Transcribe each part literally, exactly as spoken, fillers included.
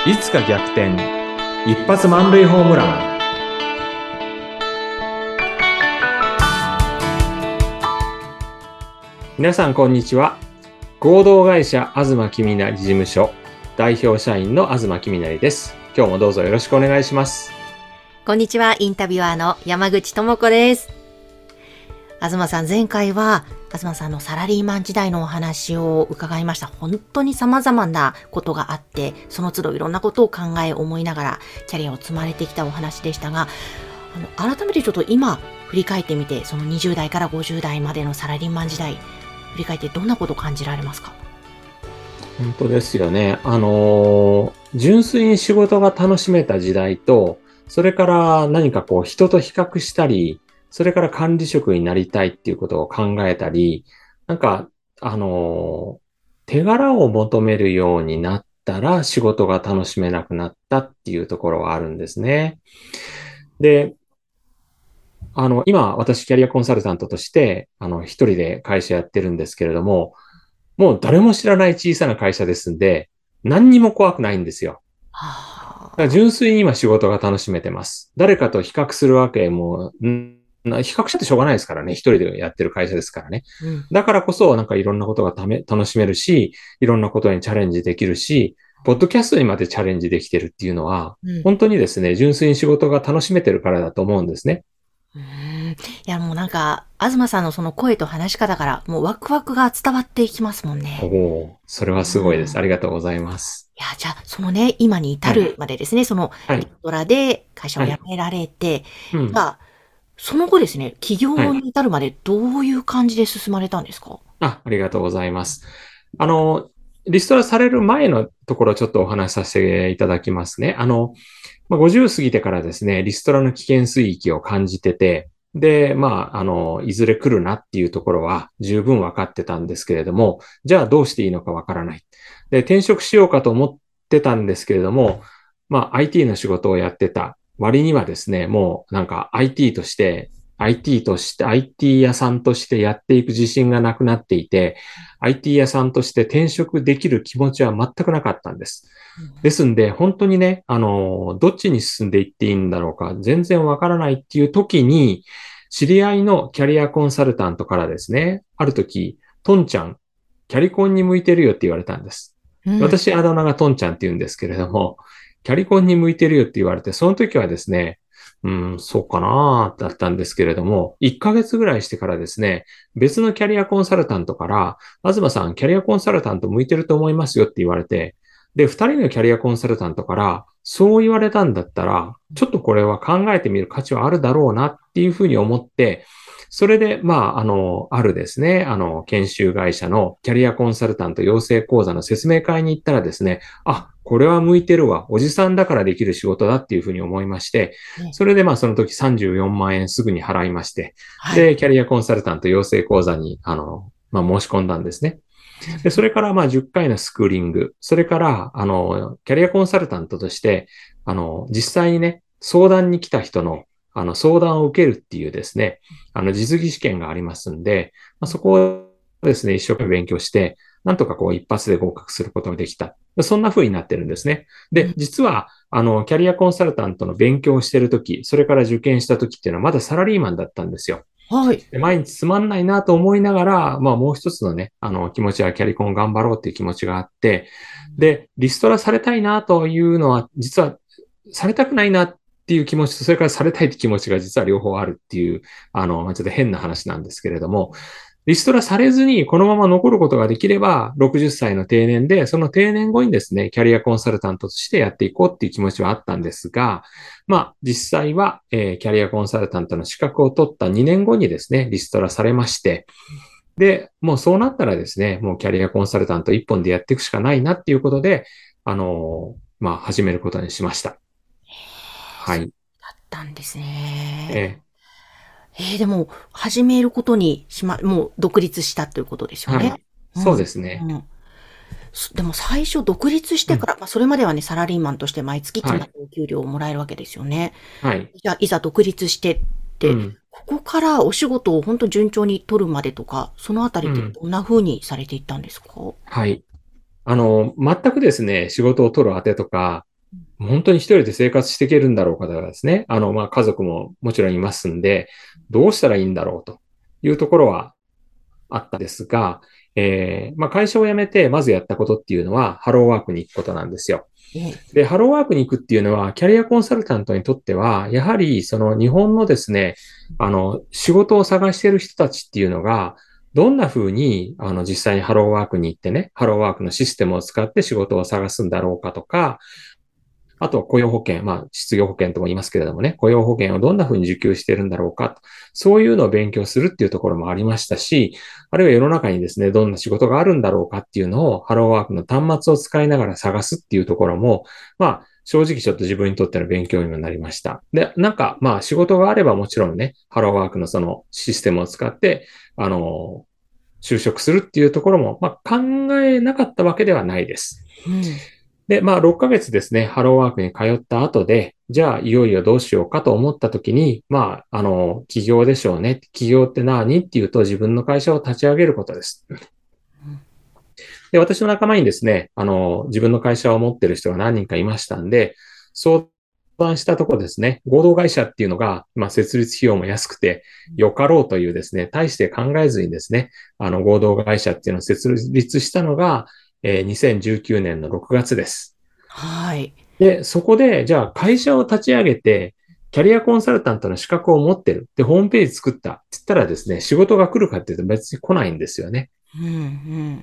いつか逆転、一発満塁ホームラン。皆さんこんにちは。合同会社東貴成事務所代表社員の東貴成です。今日もどうぞよろしくお願いします。 こんにちは、インタビュアーの山口智子です。東さん、前回は東さんのサラリーマン時代のお話を伺いました。本当に様々なことがあって、その都度いろんなことを考え思いながらキャリアを積まれてきたお話でしたが、あの改めてちょっと今振り返ってみて、そのにじゅう代からごじゅう代までのサラリーマン時代振り返ってどんなことを感じられますか？ 本当ですよね。あのー、純粋に仕事が楽しめた時代と、それから何かこう人と比較したり、それから管理職になりたいっていうことを考えたり、なんか、あのー、手柄を求めるようになったら仕事が楽しめなくなったっていうところはあるんですね。で、あの、今私キャリアコンサルタントとして、あの、一人で会社やってるんですけれども、もう誰も知らない小さな会社ですんで、何にも怖くないんですよ。だからはあ、 純粋に今仕事が楽しめてます。誰かと比較するわけも、ん比較したってしょうがないですからね。一人でやってる会社ですからね。 うん、 だからこそ、なんかいろんなことがため楽しめるし、いろんなことにチャレンジできるし、ポッドキャストにまでチャレンジできてるっていうのは、 うん。 本当にですね、純粋に仕事が楽しめてるからだと思うんですね。 うーん。いや、もうなんか、東さんのその声と話し方から、もうワクワクが伝わっていきますもんおね。 お、それはすごいです。 うん。 ありがとうございます。 いや、じゃあ、そのね、今に至はい。 るまでですね、その、リスはい。 トラで会社をはい。 辞められて、 うん。 じゃあ、その後ですね、起はい。 業に至るまでどういう感じで進まれたんですか？ あ、ありがとうございます。あの、リストラされる前のところちょっとお話しさせていただきますね。あの、まあ、ごじゅう過ぎてからですね、リストラの危険水域を感じてて、で、まあ、あの、いずれ来るなっていうところは十分分かってたんですけれども、じゃあどうしていいのか分からない。で、転職しようかと思ってたんですけれども、まあ、アイティー の仕事をやってた割にはですね、もうなんか アイティー として アイティー として、アイティー 屋さんとしてやっていく自信がなくなっていて、アイティー 屋さんとして転職できる気持ちは全くなかったんです。 うん。 ですんで、本当にね、あの、どっちに進んでいっていいんだろうか、全然わからないっていう時に、知り合いのキャリアコンサルタントからですね、ある時、トンちゃん、キャリコンに向いてるよって言われたんです。 うん。 私、あだ名がトンちゃんって言うんですけれども、キャリコンに向いてるよって言われて、その時はですね、うん、そうかなだったんですけれども、いっかげつぐらいしてからですね、別のキャリアコンサルタントから、東さん、キャリアコンサルタント向いてると思いますよって言われて、で、二人のキャリアコンサルタントから、そう言われたんだったら、ちょっとこれは考えてみる価値はあるだろうなっていうふうに思って、それで、まあ、あの、あるですね、あの、研修会社のキャリアコンサルタント養成講座の説明会に行ったらですね、あ、これは向いてるわ。おじさんだからできる仕事だっていうふうに思いまして、 ね。 それでまあその時さんじゅうよんまん円すぐに払いまして、 はい。 で、キャリアコンサルタント養成講座に、あの、まあ申し込んだんですね。で、それからまあじゅっかいのスクーリング、それから、あの、キャリアコンサルタントとして、あの、実際にね、相談に来た人の、あの、相談を受けるっていうですね、あの、実技試験がありますんで、まあ、そこをですね、一生懸命勉強して、なんとかこう一発で合格することができた。そんな風になってるんですね。で、 うん。 実は、あの、キャリアコンサルタントの勉強をしているとき、それから受験したときっていうのはまだサラリーマンだったんですよ。 はい。 で毎日つまんないなと思いながら、まあもう一つのね、あの気持ちはキャリコン頑張ろうっていう気持ちがあって、で、リストラされたいなというのは、実はされたくないなっていう気持ちと、それからされたいって気持ちが実は両方あるっていう、あの、ちょっと変な話なんですけれども、リストラされずにこのまま残ることができれば、ろくじゅっさいの定年で、その定年後にですね、キャリアコンサルタントとしてやっていこうっていう気持ちはあったんですが、まあ、実際は、えーキャリアコンサルタントの資格を取ったにねんごにですね、リストラされまして、で、もうそうなったらですね、もうキャリアコンサルタント一本でやっていくしかないなっていうことで、あのーまあ、始めることにしました。はい。 だったんですね。 ええー、でも、始めることにしま、もう独立したということですよね。 ーはい。そううん。 ですね。 うん。そでも最初独立しうん。 てから、まあ、それまではね、サラリーマンとして毎月決はい。 まったお給料をもらえるわけですよね。 はい。 じゃあ、いざ独立してって、 うん。 ここからお仕事を本当順調に取るまでとか、そのあたりってうん。 どんな風にされていったんですか？ はい。あの、全くですね、仕事を取る当てとか、 本当に一人で生活していけるんだろうかとかですね。あの、まあ、家族ももちろんいますんで、どうしたらいいんだろうというところはあったんですが、えー、まあ、会社を辞めて、まずやったことっていうのは、ハローワークに行くことなんですよ。 ええ。 で、ハローワークに行くっていうのは、キャリアコンサルタントにとっては、やはり、その日本のですね、あの、仕事を探している人たちっていうのが、どんな風に、あの、実際にハローワークに行ってね、ハローワークのシステムを使って仕事を探すんだろうかとか、あとは雇用保険、まあ、失業保険とも言いますけれどもね、雇用保険をどんな風に受給しているんだろうか、そういうのを勉強するっていうところもありましたし、あるいは世の中にですね、どんな仕事があるんだろうかっていうのを、ハローワークの端末を使いながら探すっていうところも、まあ、正直ちょっと自分にとっての勉強にもなりました。で、なんか、まあ、仕事があればもちろんね、ハローワークのそのシステムを使って、あの、就職するっていうところも、まあ、考えなかったわけではないです。 うん。 で、まあ、ろっかげつですね、ハローワークに通った後で、じゃあ、いよいよどうしようかと思った時に、まあ、あの、起業でしょうね。起業って何っていうと、自分の会社を立ち上げることです。で、私の仲間にですね、あの、自分の会社を持っている人が何人かいましたんで、相談したところですね、合同会社っていうのが、まあ、設立費用も安くて、よかろうというですね、大して考えずにですね、あの、合同会社っていうのを設立したのが、えー、にせんじゅうきゅうねんのろくがつです。 はい。 で、そこで、じゃあ会社を立ち上げて、キャリアコンサルタントの資格を持ってる。で、ホームページ作ったって言ったらですね、仕事が来るかっていうと別に来ないんですよね。 うん、うん。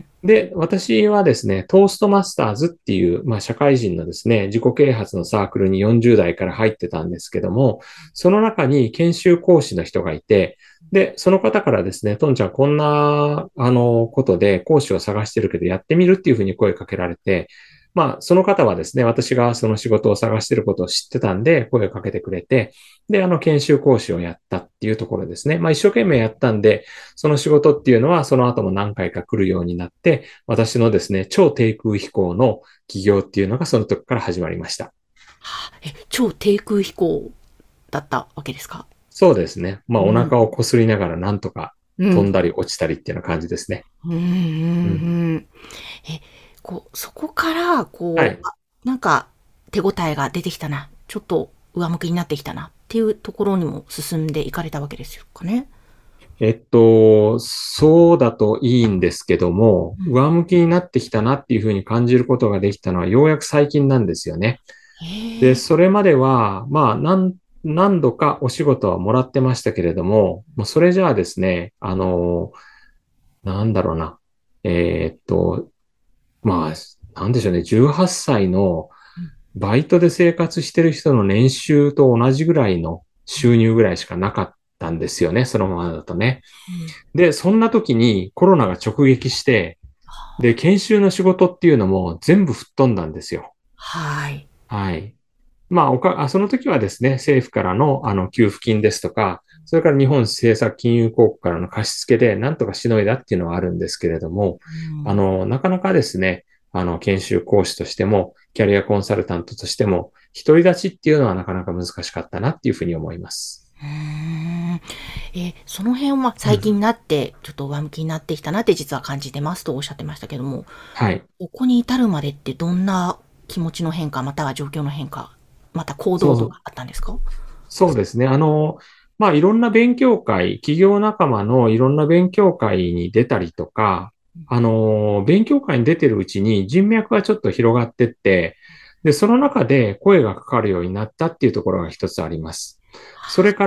で、私はですね、トーストマスターズっていう、まあ、社会人のですね、自己啓発のサークルによんじゅう代から入ってたんですけども、その中に研修講師の人がいて、で、その方からですね、トンちゃんこんな、あの、ことで講師を探してるけどやってみるっていうふうに声かけられて、まあ、その方はですね、私がその仕事を探してることを知ってたんで、声をかけてくれて、で、あの、研修講師をやったっていうところですね。まあ、一生懸命やったんで、その仕事っていうのはその後も何回か来るようになって、私のですね、超低空飛行の起業っていうのがその時から始まりました。 はあ、え、超低空飛行だったわけですか？ そうですね。まあ、おうん。 腹をこすりながらなんとかうん。 飛んだり落ちたりっていうような感じですね。 うん、うん、 うん。 うん。え、こう、そこから、こう、 はい。 あ、なんか、手応えが出てきたな、ちょっと上向きになってきたなっていうところにも進んでいかれたわけですよかね。 えっと、そうだといいんですけども、 うん。 上向きになってきたなっていうふうに感じることができたのはようやく最近なんですよね。で、 へえ。 それまでは、まあ、何、何度かお仕事はもらってましたけれども、もうそれじゃあですね、あの、なんだろうな。えーっと、まあ、なんでしょうね。じゅうはっさいのうん、 バイトで生活してる人の年収と同じぐらいの収入ぐらいしかなかったんですよね。そのままだとね。 うん。 で、そんな時にコロナが直撃して、で、研修の仕事っていうのも全部吹っ飛んだんですよ。 はい。 はい。まあ、おか、あその時はですね、政府からの、あの、給付金ですとか、それから日本政策金融公庫からの貸し付けで、なんとかしのいだっていうのはあるんですけれども、 うん。 あの、なかなかですね、あの、研修講師としても、キャリアコンサルタントとしても、独り立ちっていうのはなかなか難しかったなっていうふうに思います。 うーん。え、その辺はうん。 最近になって、ちょっと上向きになってきたなって実は感じてますとおっしゃってましたけども、 はい。 ここに至るまでってどんな気持ちの変化、または状況の変化、また行動そう、 とかあったんですか？ そうですね。あの、まあ、いろんな勉強会、企業仲間のいろんな勉強会に出たりとか、あの、勉強会に出てるうちに人脈がちょっと広がってって、で、その中で声がかかるようになったっていうところが一つあります。それから、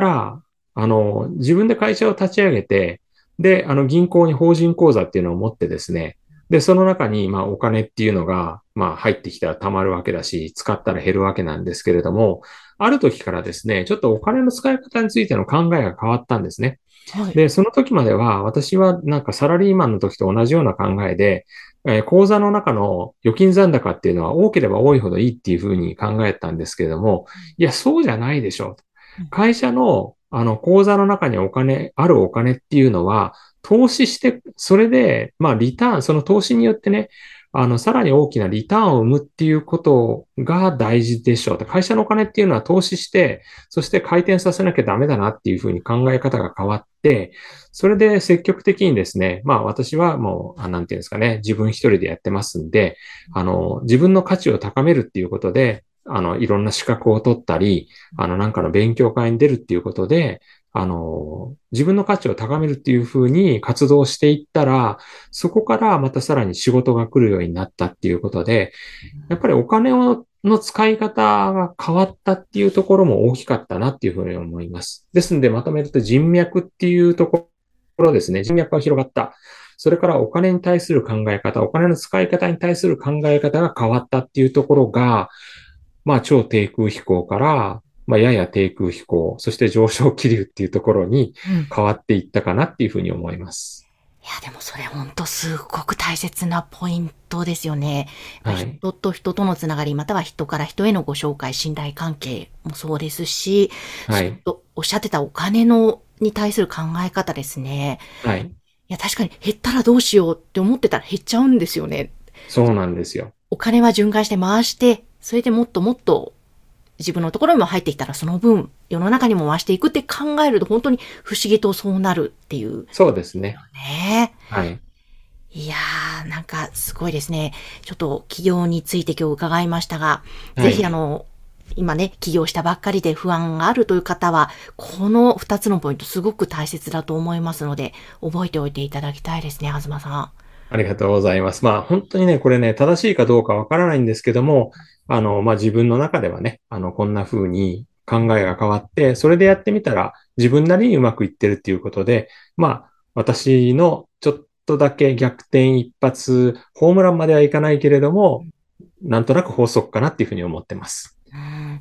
あの、自分で会社を立ち上げて、で、あの、銀行に法人口座っていうのを持ってですね、で、その中に、まあ、お金っていうのが、まあ、入ってきたら貯まるわけだし、使ったら減るわけなんですけれども、ある時からですね、ちょっとお金の使い方についての考えが変わったんですね。 はい。 で、その時までは、私はなんかサラリーマンの時と同じような考えで、えー口座の中の預金残高っていうのは多ければ多いほどいいっていうふうに考えたんですけれども、いや、そうじゃないでしょう。 うん。 会社の、あの、口座の中にお金、あるお金っていうのは、投資して、それで、まあ、リターン、その投資によってね、あの、さらに大きなリターンを生むっていうことが大事でしょう。会社のお金っていうのは投資して、そして回転させなきゃダメだなっていうふうに考え方が変わって、それで積極的にですね、まあ私はもう、あなんていうんですかね、自分一人でやってますんで、あの、自分の価値を高めるっていうことで、 あの、いろんな資格を取ったり、あの、なんかの勉強会に出るっていうことで、あの、自分の価値を高めるっていうふうに活動していったら、そこからまたさらに仕事が来るようになったっていうことで、やっぱりお金をの使い方が変わったっていうところも大きかったなっていうふうに思います。ですので、まとめると人脈っていうところですね。人脈が広がった。それからお金に対する考え方、お金の使い方に対する考え方が変わったっていうところが、まあ、超低空飛行から、まあ、やや低空飛行、そして上昇気流っていうところに変わっていったかなっていうふうに思います。 いや、でもそれ本当すごく大切なポイントですよね。 はい。 人と人とのつながり、または人から人へのご紹介、信頼関係もそうですし、 はい。 おっしゃってたお金のに対する考え方ですね。 はい。 いや、確かに減ったらどうしようって思ってたら減っちゃうんですよね。 そうなんですよ。 お金は循環して回して、それでもっともっと自分のところにも入ってきたらその分世の中にも回していくって考えると本当に不思議とそうなるっていう。 そうですね。 ね。 はい。 いやー、なんかすごいですね。ちょっと起業について今日伺いましたが、 はい。 ぜひあの、今ね、起業したばっかりで不安があるという方は、このふたつのポイントすごく大切だと思いますので、覚えておいていただきたいですね、東さん。 ありがとうございます。まあ、本当にね、これね、正しいかどうかわからないんですけども、あの、まあ、自分の中ではね、あの、こんな風に考えが変わって、それでやってみたら自分なりにうまくいってるっていうことで、まあ、私のちょっとだけ逆転一発、ホームランまではいかないけれども、なんとなく法則かなっていうふうに思ってます。 うん、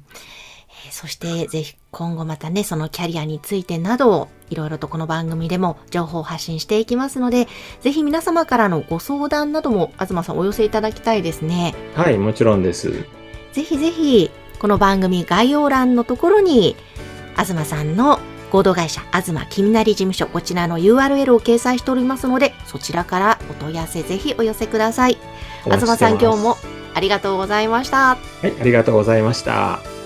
えーそしてぜひ今後またね、そのキャリアについてなど、いろいろとこの番組でも情報を発信していきますので、ぜひ皆様からのご相談なども東さんお寄せいただきたいですね。 はい、もちろんです。 ぜひぜひ、この番組概要欄のところに、東さんの合同会社、東金成事務所、こちらの ユーアールエル を掲載しておりますので、そちらからお問い合わせぜひお寄せください。 お待ち東さんしてます。 今日もありがとうございました。 はい、ありがとうございました。